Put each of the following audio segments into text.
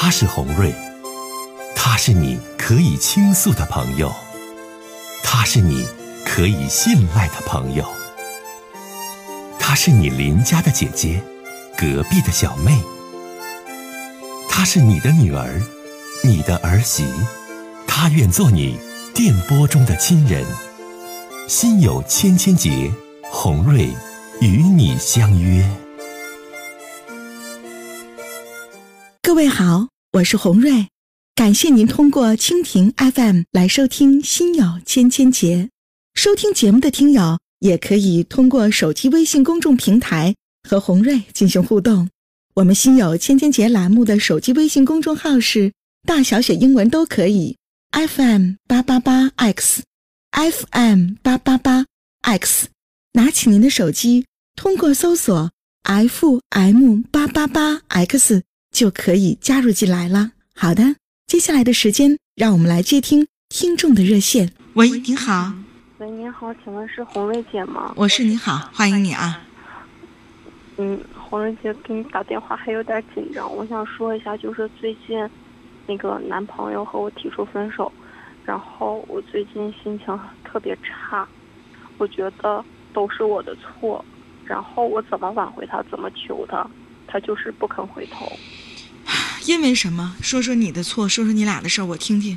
他是洪瑞，他是你可以倾诉的朋友，他是你可以信赖的朋友，她是你邻家的姐姐，隔壁的小妹，她是你的女儿，你的儿媳，她愿做你电波中的亲人。心有千千结，洪瑞与你相约。 各位好，我是洪瑞，感谢您通过蜻蜓 FM 来收听心有千千结。收听节目的听友也可以通过手机微信公众平台和洪瑞进行互动。我们心有千千结栏目的手机微信公众号是大小写英文都可以 FM888X FM888X， 拿起您的手机，通过搜索 FM888X 就可以加入进来了。好的，接下来的时间让我们来接听听众的热线。喂，您好。 喂，您好，请问是洪瑞姐吗？ 我是，你好，欢迎你啊。 洪瑞姐给你打电话还有点紧张，我想说一下，就是最近那个男朋友和我提出分手，然后我最近心情特别差，我觉得都是我的错，然后我怎么挽回他，怎么求他，他就是不肯回头。 因为什么？说说你的错，说说你俩的事儿，我听听。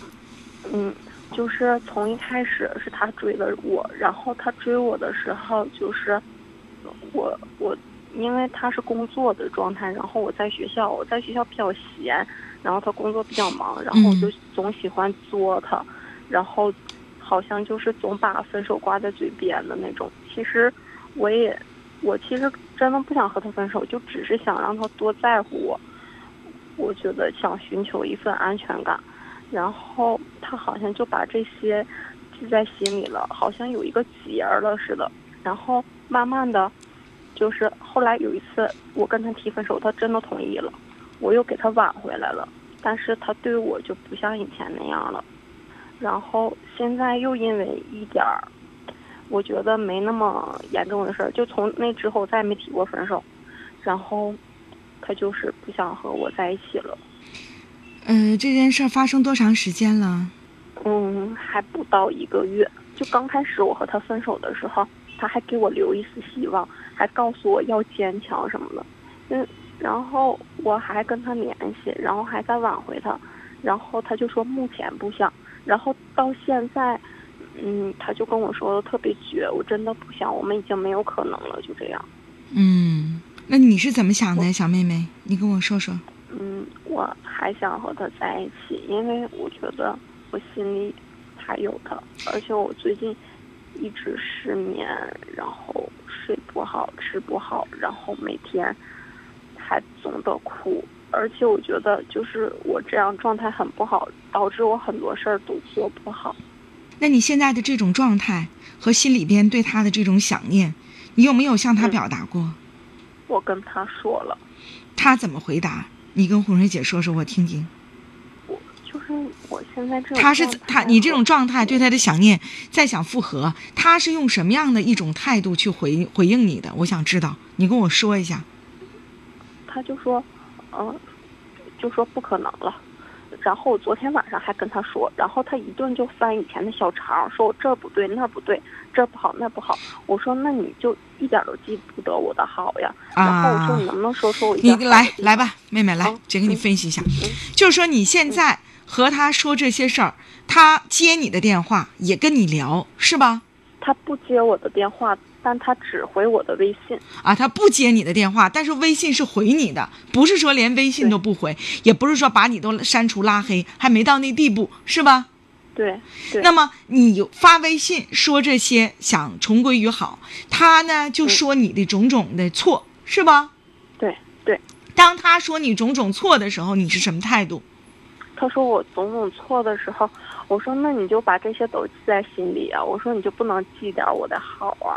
就是从一开始是他追了我，然后他追我的时候，就是我因为他是工作的状态，然后我在学校比较闲，然后他工作比较忙，然后我就总喜欢作他，然后好像就是总把分手挂在嘴边的那种。其实我其实真的不想和他分手，就只是想让他多在乎我，我觉得想寻求一份安全感。然后他好像就把这些记在心里了，好像有一个结了似的。然后慢慢的，就是后来有一次我跟他提分手，他真的同意了，我又给他挽回来了，但是他对我就不像以前那样了。然后现在又因为一点儿我觉得没那么严重的事儿，就从那之后再也没提过分手，然后他就是不想和我在一起了。 这件事发生多长时间了？ 还不到1个月。就刚开始我和他分手的时候，他还给我留一丝希望，还告诉我要坚强什么的。然后我还跟他联系，然后还在挽回他，然后他就说目前不想。然后到现在，他就跟我说的特别绝，我真的不想，我们已经没有可能了，就这样。 那你是怎么想的，小妹妹？你跟我说说。 我还想和他在一起，因为我觉得我心里还有他，而且我最近一直失眠，然后睡不好，吃不好，然后每天还总的哭，而且我觉得就是我这样状态很不好，导致我很多事儿都做不好。 那你现在的这种状态和心里边对他的这种想念，你有没有向他表达过？ 我跟他说了。 他怎么回答？你跟洪水姐说说，我听听。 我现在这种你这种状态对他的想念再想复合，他是用什么样的一种态度去回应你的？我想知道，你跟我说一下。 他就说不可能了。然后我昨天晚上还跟他说，然后他一顿就翻以前的小肠，说我这不对那不对，这不好那不好。我说那你就一点都记不得我的好呀。然后我说你能不能说我一点好的地方？ 你来吧，妹妹来，姐给你分析一下。就是说你现在和他说这些事儿，他接你的电话也跟你聊，是吧？ 他不接我的电话，但他只回我的微信。 他不接你的电话，但是微信是回你的，不是说连微信都不回，也不是说把你都删除拉黑，还没到那地步，是吧？ 对。 那么你发微信说这些，想重归于好，他呢就说你的种种的错，是吧？ 对。 当他说你种种错的时候，你是什么态度？ 他说我种种错的时候，我说那你就把这些都记在心里啊，我说你就不能记点我的好啊。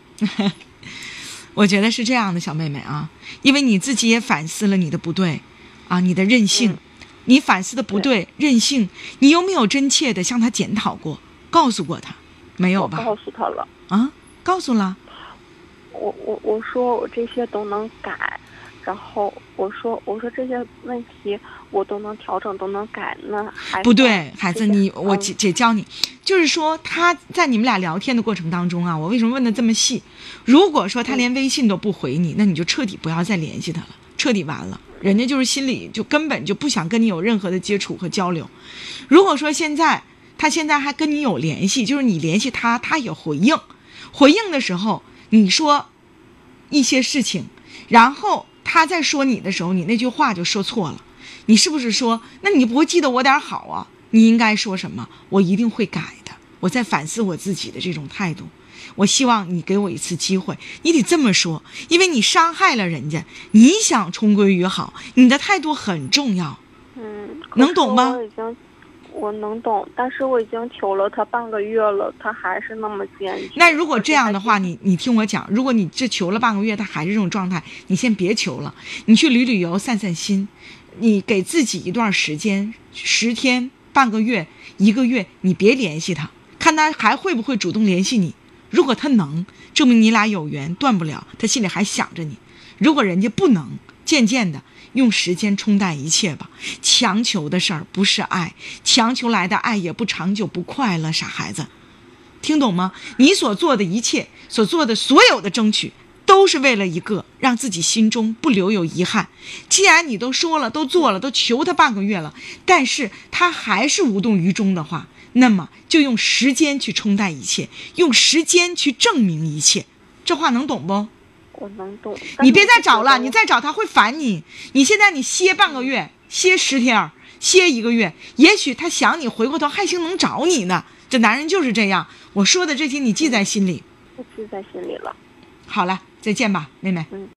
我觉得是这样的，小妹妹啊，因为你自己也反思了你的不对啊，你的任性，你反思的不对，任性，你有没有真切的向他检讨过，告诉过他？没有吧？ 我告诉他了。 告诉了。 我说我这些都能改， 然后我说这些问题我都能调整，都能改，那还不对，孩子，我姐教你，就是说他在你们俩聊天的过程当中啊，我为什么问的这么细？如果说他连微信都不回你，那你就彻底不要再联系他了，彻底完了，人家就是心里就根本就不想跟你有任何的接触和交流。如果说他现在还跟你有联系，就是你联系他，他也回应的时候，你说一些事情，然后他在说你的时候，你那句话就说错了，你是不是说，那你不会记得我点好啊？你应该说什么？我一定会改的，我在反思我自己的这种态度，我希望你给我一次机会，你得这么说，因为你伤害了人家，你想重归于好，你的态度很重要。能懂吗？ 我能懂，但是我已经求了他半个月了，他还是那么坚决。 那如果这样的话，你听我讲，如果你这求了半个月他还是这种状态，你先别求了，你去旅游散散心，你给自己一段时间，10天、半个月、1个月，你别联系他，看他还会不会主动联系你。如果他能，证明你俩有缘，断不了，他心里还想着你。如果人家不能，渐渐的用时间冲淡一切吧。强求的事儿不是爱，强求来的爱也不长久不快乐，傻孩子，听懂吗？你所做的一切，所做的所有的争取，都是为了一个让自己心中不留有遗憾。既然你都说了，都做了，都求他半个月了，但是他还是无动于衷的话，那么就用时间去冲淡一切，用时间去证明一切。这话能懂不？ 我能懂。 你别再找了，你再找他会烦你。你现在你歇半个月，歇10天，歇1个月，也许他想你，回过头还行能找你呢。这男人就是这样。我说的这些你记在心里。 我记在心里了。 好了，再见吧，妹妹。